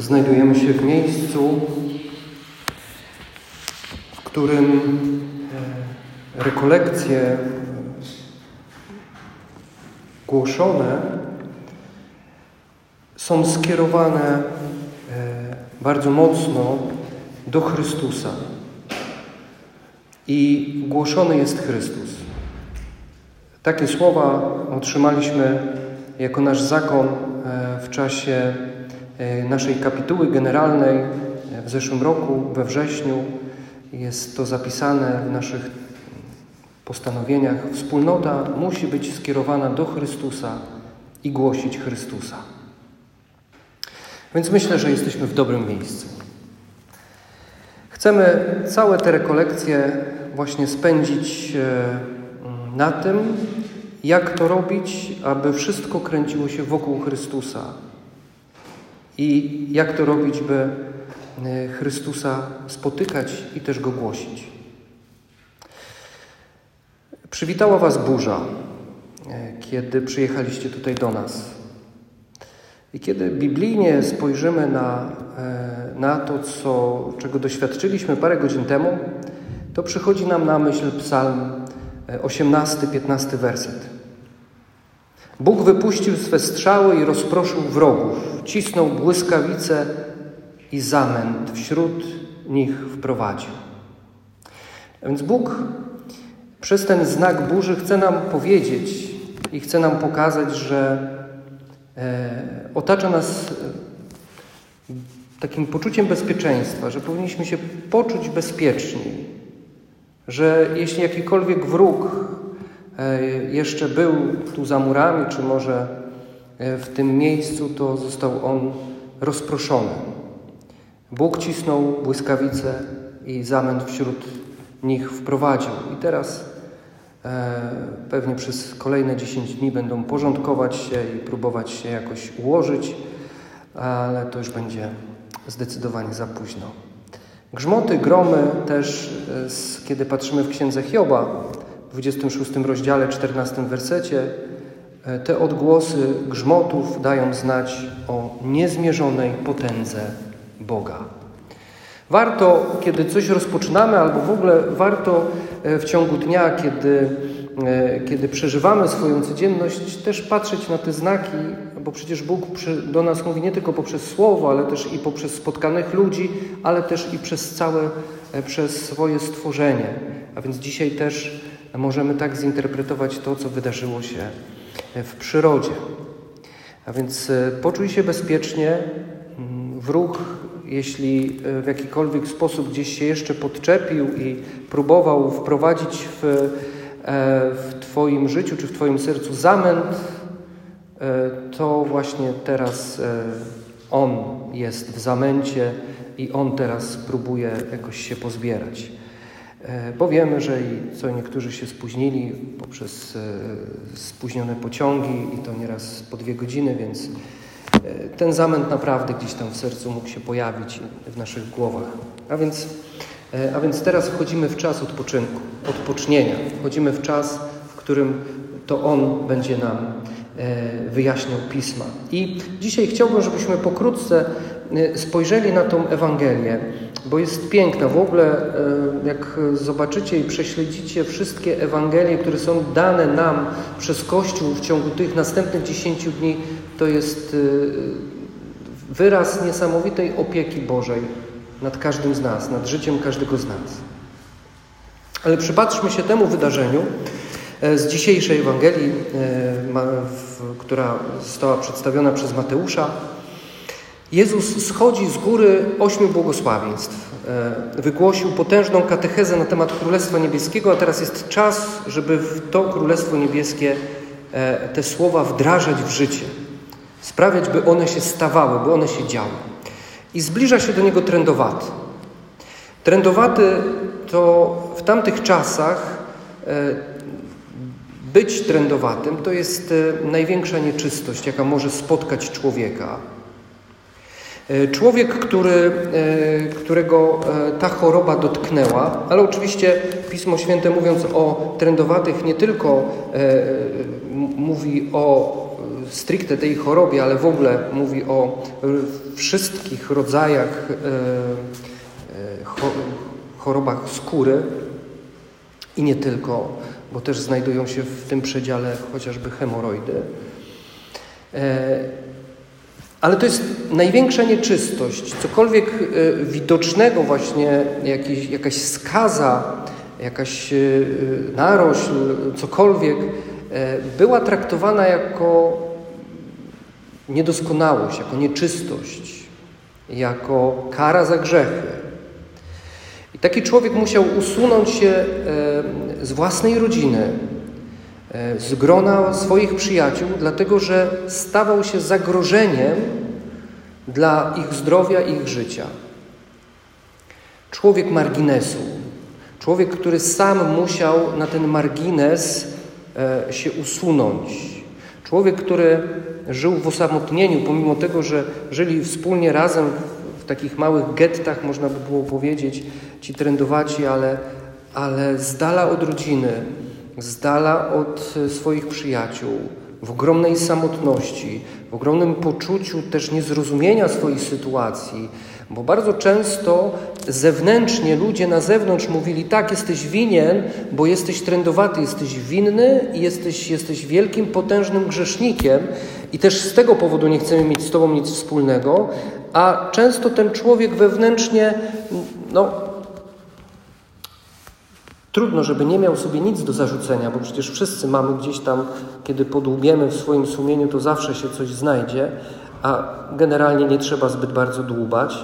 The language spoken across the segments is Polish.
Znajdujemy się w miejscu, w którym rekolekcje głoszone są skierowane bardzo mocno do Chrystusa. I głoszony jest Chrystus. Takie słowa otrzymaliśmy jako nasz zakon w czasie naszej kapituły generalnej w zeszłym roku, we wrześniu. Jest to zapisane w naszych postanowieniach. Wspólnota musi być skierowana do Chrystusa i głosić Chrystusa. Więc myślę, że jesteśmy w dobrym miejscu. Chcemy całe te rekolekcje właśnie spędzić na tym, jak to robić, aby wszystko kręciło się wokół Chrystusa. I jak to robić, by Chrystusa spotykać i też Go głosić. Przywitała Was burza, kiedy przyjechaliście tutaj do nas. I kiedy biblijnie spojrzymy na to, czego doświadczyliśmy parę godzin temu, to przychodzi nam na myśl Psalm 18-15 werset. Bóg wypuścił swe strzały i rozproszył wrogów, cisnął błyskawice i zamęt wśród nich wprowadził. A więc Bóg przez ten znak burzy chce nam powiedzieć i chce nam pokazać, że otacza nas takim poczuciem bezpieczeństwa, że powinniśmy się poczuć bezpieczniej, że jeśli jakikolwiek wróg jeszcze był tu za murami, czy może w tym miejscu, to został on rozproszony. Bóg cisnął błyskawice i zamęt wśród nich wprowadził. I teraz pewnie przez kolejne 10 dni będą porządkować się i próbować się jakoś ułożyć, ale to już będzie zdecydowanie za późno. Grzmoty, gromy też, kiedy patrzymy w Księdze Hioba, w 26 rozdziale, 14 wersecie, te odgłosy grzmotów dają znać o niezmierzonej potędze Boga. Warto, kiedy coś rozpoczynamy, albo w ogóle warto w ciągu dnia, kiedy przeżywamy swoją codzienność, też patrzeć na te znaki, bo przecież Bóg do nas mówi nie tylko poprzez słowo, ale też i poprzez spotkanych ludzi, ale też i przez swoje stworzenie. A więc dzisiaj też możemy tak zinterpretować to, co wydarzyło się w przyrodzie. A więc poczuj się bezpiecznie. Wróg, jeśli w jakikolwiek sposób gdzieś się jeszcze podczepił i próbował wprowadzić w Twoim życiu czy w Twoim sercu zamęt, to właśnie teraz on jest w zamęcie i on teraz próbuje jakoś się pozbierać. Bo wiemy, że niektórzy się spóźnili poprzez spóźnione pociągi i to nieraz po 2 godziny, więc ten zamęt naprawdę gdzieś tam w sercu mógł się pojawić w naszych głowach. A więc teraz wchodzimy w czas odpoczynku, odpocznienia. Wchodzimy w czas, w którym to On będzie nam wyjaśniał Pisma. I dzisiaj chciałbym, żebyśmy pokrótce spojrzeli na tą Ewangelię, bo jest piękna. W ogóle jak zobaczycie i prześledzicie wszystkie Ewangelie, które są dane nam przez Kościół w ciągu tych następnych 10 dni, to jest wyraz niesamowitej opieki Bożej nad każdym z nas, nad życiem każdego z nas. Ale przypatrzmy się temu wydarzeniu z dzisiejszej Ewangelii, która została przedstawiona przez Mateusza. Jezus schodzi z góry 8 błogosławieństw. Wygłosił potężną katechezę na temat Królestwa Niebieskiego, a teraz jest czas, żeby w to Królestwo Niebieskie te słowa wdrażać w życie. Sprawiać, by one się stawały, by one się działy. I zbliża się do niego trędowaty. Trędowaty to w tamtych czasach być trędowatym to jest największa nieczystość, jaka może spotkać człowieka. Człowiek, którego ta choroba dotknęła, ale oczywiście Pismo Święte, mówiąc o trędowatych, nie tylko mówi o stricte tej chorobie, ale w ogóle mówi o wszystkich rodzajach chorobach skóry i nie tylko, bo też znajdują się w tym przedziale chociażby hemoroidy. Ale to jest największa nieczystość. Cokolwiek widocznego właśnie, jakaś skaza, jakaś narośl, cokolwiek, była traktowana jako niedoskonałość, jako nieczystość, jako kara za grzechy. I taki człowiek musiał usunąć się z własnej rodziny, z grona swoich przyjaciół, dlatego że stawał się zagrożeniem dla ich zdrowia i ich życia. Człowiek marginesu, człowiek, który sam musiał na ten margines się usunąć. Człowiek, który żył w osamotnieniu, pomimo tego, że żyli wspólnie razem w takich małych gettach, można by było powiedzieć, ci trędowaci, ale z dala od rodziny, z dala od swoich przyjaciół, w ogromnej samotności, w ogromnym poczuciu też niezrozumienia swojej sytuacji, bo bardzo często zewnętrznie ludzie na zewnątrz mówili: tak, jesteś winien, bo jesteś trędowaty, jesteś winny i jesteś wielkim, potężnym grzesznikiem i też z tego powodu nie chcemy mieć z tobą nic wspólnego, a często ten człowiek wewnętrznie, trudno, żeby nie miał sobie nic do zarzucenia, bo przecież wszyscy mamy gdzieś tam, kiedy podłubiemy w swoim sumieniu, to zawsze się coś znajdzie, a generalnie nie trzeba zbyt bardzo dłubać.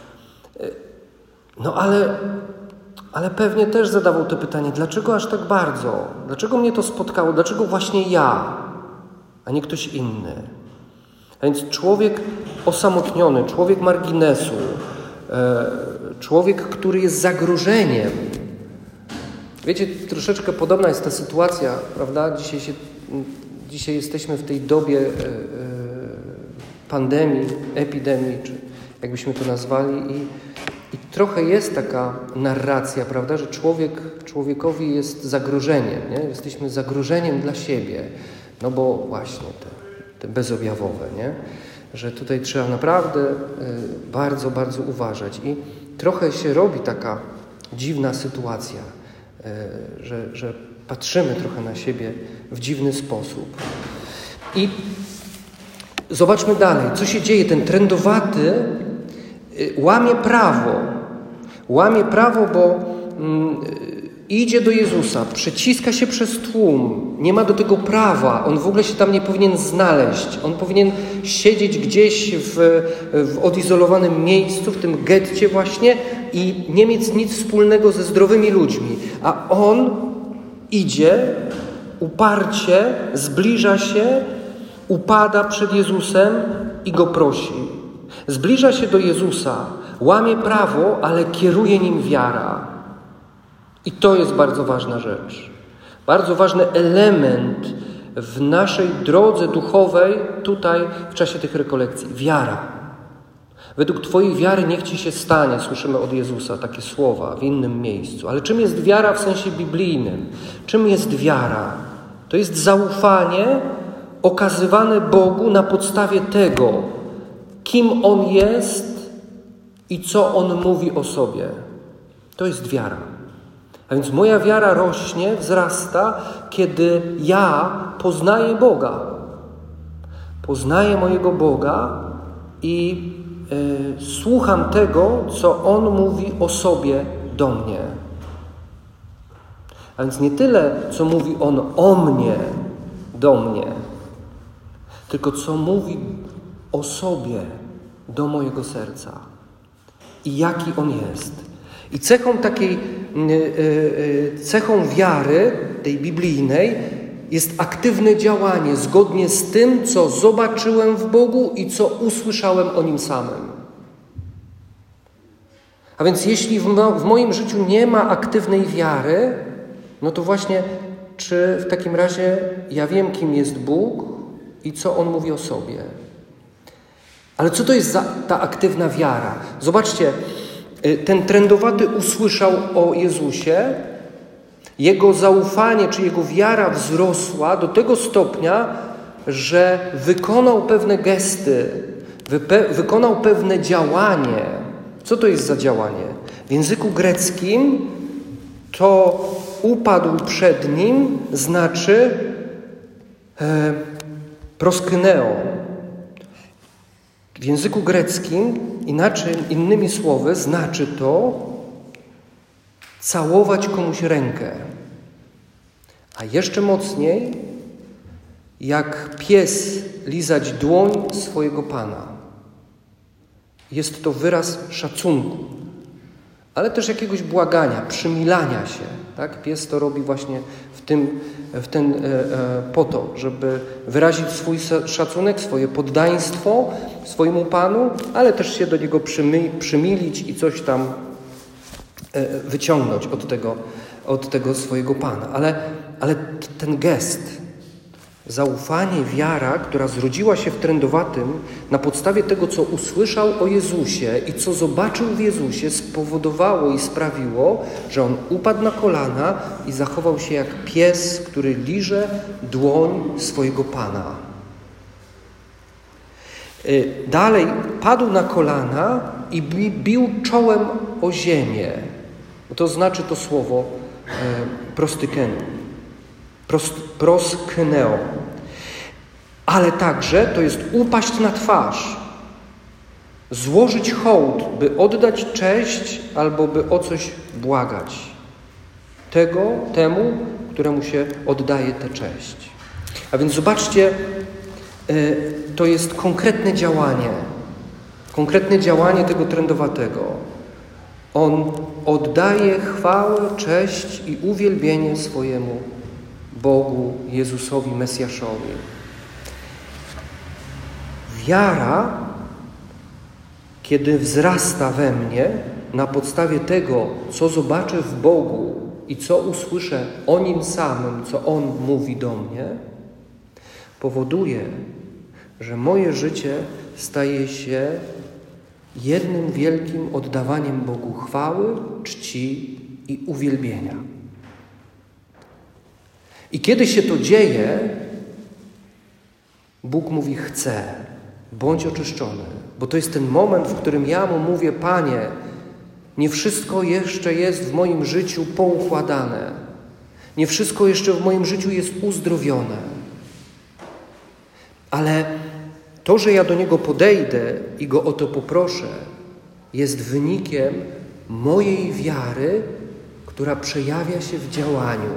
Ale pewnie też zadawał to pytanie, dlaczego aż tak bardzo? Dlaczego mnie to spotkało? Dlaczego właśnie ja, a nie ktoś inny? A więc człowiek osamotniony, człowiek marginesu, człowiek, który jest zagrożeniem. Wiecie, troszeczkę podobna jest ta sytuacja, prawda? Dzisiaj jesteśmy w tej dobie pandemii, epidemii, czy jakbyśmy to nazwali, i trochę jest taka narracja, prawda, że człowiekowi jest zagrożeniem, nie? Jesteśmy zagrożeniem dla siebie, no bo właśnie te bezobjawowe, nie? Że tutaj trzeba naprawdę bardzo, bardzo uważać i trochę się robi taka dziwna sytuacja, że patrzymy trochę na siebie w dziwny sposób. I zobaczmy dalej, co się dzieje. Ten trędowaty łamie prawo, bo idzie do Jezusa, przeciska się przez tłum, nie ma do tego prawa, on w ogóle się tam nie powinien znaleźć, on powinien siedzieć gdzieś w odizolowanym miejscu, w tym getcie właśnie i nie mieć nic wspólnego ze zdrowymi ludźmi, a on idzie uparcie, zbliża się, upada przed Jezusem i Go prosi. Zbliża się do Jezusa, łamie prawo, ale kieruje nim wiara. I to jest bardzo ważna rzecz. Bardzo ważny element w naszej drodze duchowej tutaj w czasie tych rekolekcji. Wiara. Według Twojej wiary niech Ci się stanie, słyszymy od Jezusa takie słowa w innym miejscu. Ale czym jest wiara w sensie biblijnym? Czym jest wiara? To jest zaufanie okazywane Bogu na podstawie tego, kim On jest i co On mówi o sobie. To jest wiara. A więc moja wiara rośnie, wzrasta, kiedy ja poznaję Boga. Poznaję mojego Boga i słucham tego, co On mówi o sobie do mnie. A więc nie tyle, co mówi On o mnie, do mnie, tylko co mówi o sobie do mojego serca i jaki On jest. I cechą wiary, tej biblijnej, jest aktywne działanie zgodnie z tym, co zobaczyłem w Bogu i co usłyszałem o Nim samym. A więc jeśli w moim życiu nie ma aktywnej wiary, no to właśnie czy w takim razie ja wiem, kim jest Bóg i co On mówi o sobie. Ale co to jest ta aktywna wiara? Zobaczcie, ten trędowaty usłyszał o Jezusie, jego zaufanie czy jego wiara wzrosła do tego stopnia, że wykonał pewne gesty, wykonał pewne działanie. Co to jest za działanie? W języku greckim to upadł przed nim znaczy proskyneo. W języku greckim, innymi słowy, znaczy to całować komuś rękę. A jeszcze mocniej, jak pies lizać dłoń swojego pana. Jest to wyraz szacunku, ale też jakiegoś błagania, przymilania się. Tak? Pies to robi właśnie po to, żeby wyrazić swój szacunek, swoje poddaństwo swojemu panu, ale też się do niego przymilić i coś tam wyciągnąć od tego swojego pana. Ale ten gest, zaufanie, wiara, która zrodziła się w trędowatym na podstawie tego, co usłyszał o Jezusie i co zobaczył w Jezusie, spowodowało i sprawiło, że on upadł na kolana i zachował się jak pies, który liże dłoń swojego Pana. Dalej padł na kolana i bił czołem o ziemię. To znaczy to słowo proskyneo. Ale także to jest upaść na twarz, złożyć hołd, by oddać cześć albo by o coś błagać. Temu, któremu się oddaje tę cześć. A więc zobaczcie, to jest konkretne działanie tego trędowatego. On oddaje chwałę, cześć i uwielbienie swojemu Bogu, Jezusowi, Mesjaszowi. Wiara, kiedy wzrasta we mnie na podstawie tego, co zobaczę w Bogu i co usłyszę o Nim samym, co On mówi do mnie, powoduje, że moje życie staje się jednym wielkim oddawaniem Bogu chwały, czci i uwielbienia. I kiedy się to dzieje, Bóg mówi: chcę, bądź oczyszczony. Bo to jest ten moment, w którym ja Mu mówię: Panie, nie wszystko jeszcze jest w moim życiu poukładane. Nie wszystko jeszcze w moim życiu jest uzdrowione. Ale to, że ja do Niego podejdę i Go o to poproszę, jest wynikiem mojej wiary, która przejawia się w działaniu.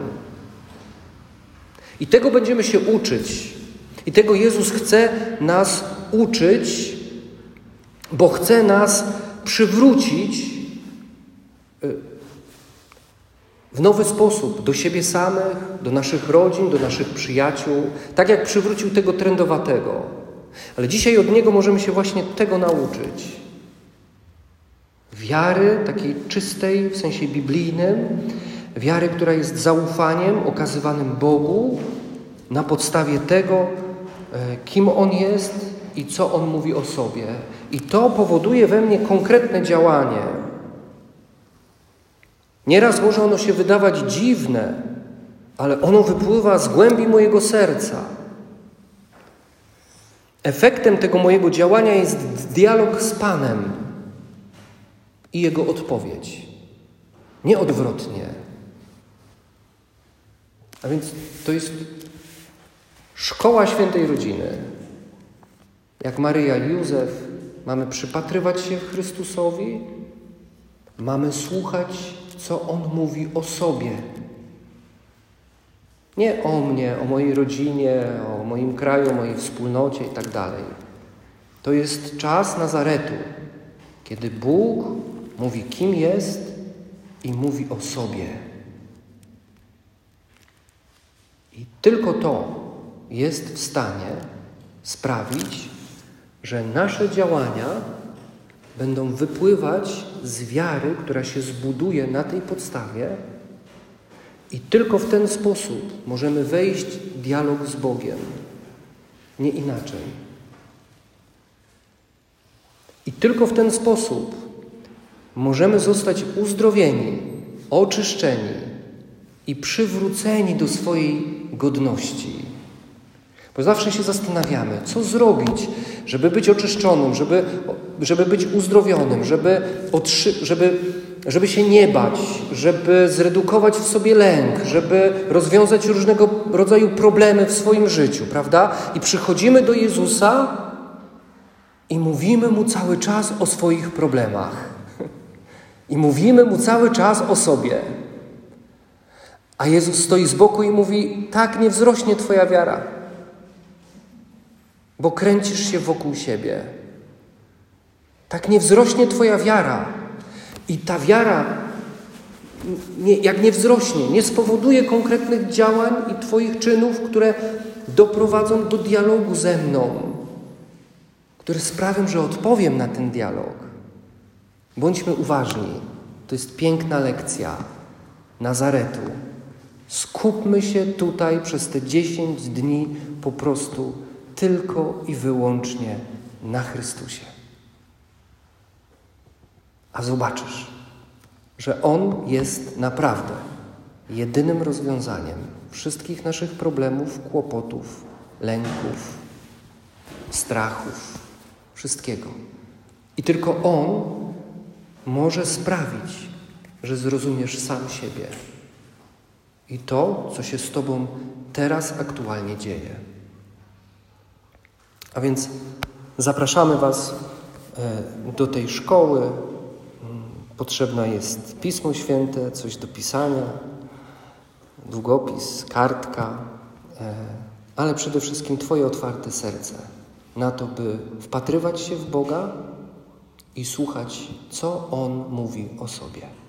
I tego będziemy się uczyć. I tego Jezus chce nas uczyć, bo chce nas przywrócić w nowy sposób do siebie samych, do naszych rodzin, do naszych przyjaciół, tak jak przywrócił tego trędowatego. Ale dzisiaj od Niego możemy się właśnie tego nauczyć. Wiary takiej czystej, w sensie biblijnym, wiary, która jest zaufaniem okazywanym Bogu na podstawie tego, kim On jest i co On mówi o sobie. I to powoduje we mnie konkretne działanie. Nieraz może ono się wydawać dziwne, ale ono wypływa z głębi mojego serca. Efektem tego mojego działania jest dialog z Panem i Jego odpowiedź. Nie odwrotnie. A więc to jest szkoła świętej rodziny. Jak Maryja i Józef mamy przypatrywać się Chrystusowi, mamy słuchać, co On mówi o sobie. Nie o mnie, o mojej rodzinie, o moim kraju, o mojej wspólnocie i tak dalej. To jest czas Nazaretu, kiedy Bóg mówi, kim jest i mówi o sobie. I tylko to jest w stanie sprawić, że nasze działania będą wypływać z wiary, która się zbuduje na tej podstawie, i tylko w ten sposób możemy wejść w dialog z Bogiem. Nie inaczej. I tylko w ten sposób możemy zostać uzdrowieni, oczyszczeni i przywróceni do swojej godności. Bo zawsze się zastanawiamy, co zrobić, żeby być oczyszczonym, żeby być uzdrowionym, żeby się nie bać, żeby zredukować w sobie lęk, żeby rozwiązać różnego rodzaju problemy w swoim życiu, prawda? I przychodzimy do Jezusa i mówimy Mu cały czas o swoich problemach. I mówimy Mu cały czas o sobie. A Jezus stoi z boku i mówi, tak nie wzrośnie Twoja wiara, bo kręcisz się wokół siebie. Tak nie wzrośnie Twoja wiara. I ta wiara, jak nie wzrośnie, nie spowoduje konkretnych działań i Twoich czynów, które doprowadzą do dialogu ze mną, które sprawią, że odpowiem na ten dialog. Bądźmy uważni. To jest piękna lekcja Nazaretu. Skupmy się tutaj przez te 10 dni po prostu tylko i wyłącznie na Chrystusie. A zobaczysz, że On jest naprawdę jedynym rozwiązaniem wszystkich naszych problemów, kłopotów, lęków, strachów, wszystkiego. I tylko On może sprawić, że zrozumiesz sam siebie i to, co się z Tobą teraz aktualnie dzieje. A więc zapraszamy Was do tej szkoły. Potrzebne jest Pismo Święte, coś do pisania, długopis, kartka, ale przede wszystkim Twoje otwarte serce na to, by wpatrywać się w Boga i słuchać, co On mówi o sobie.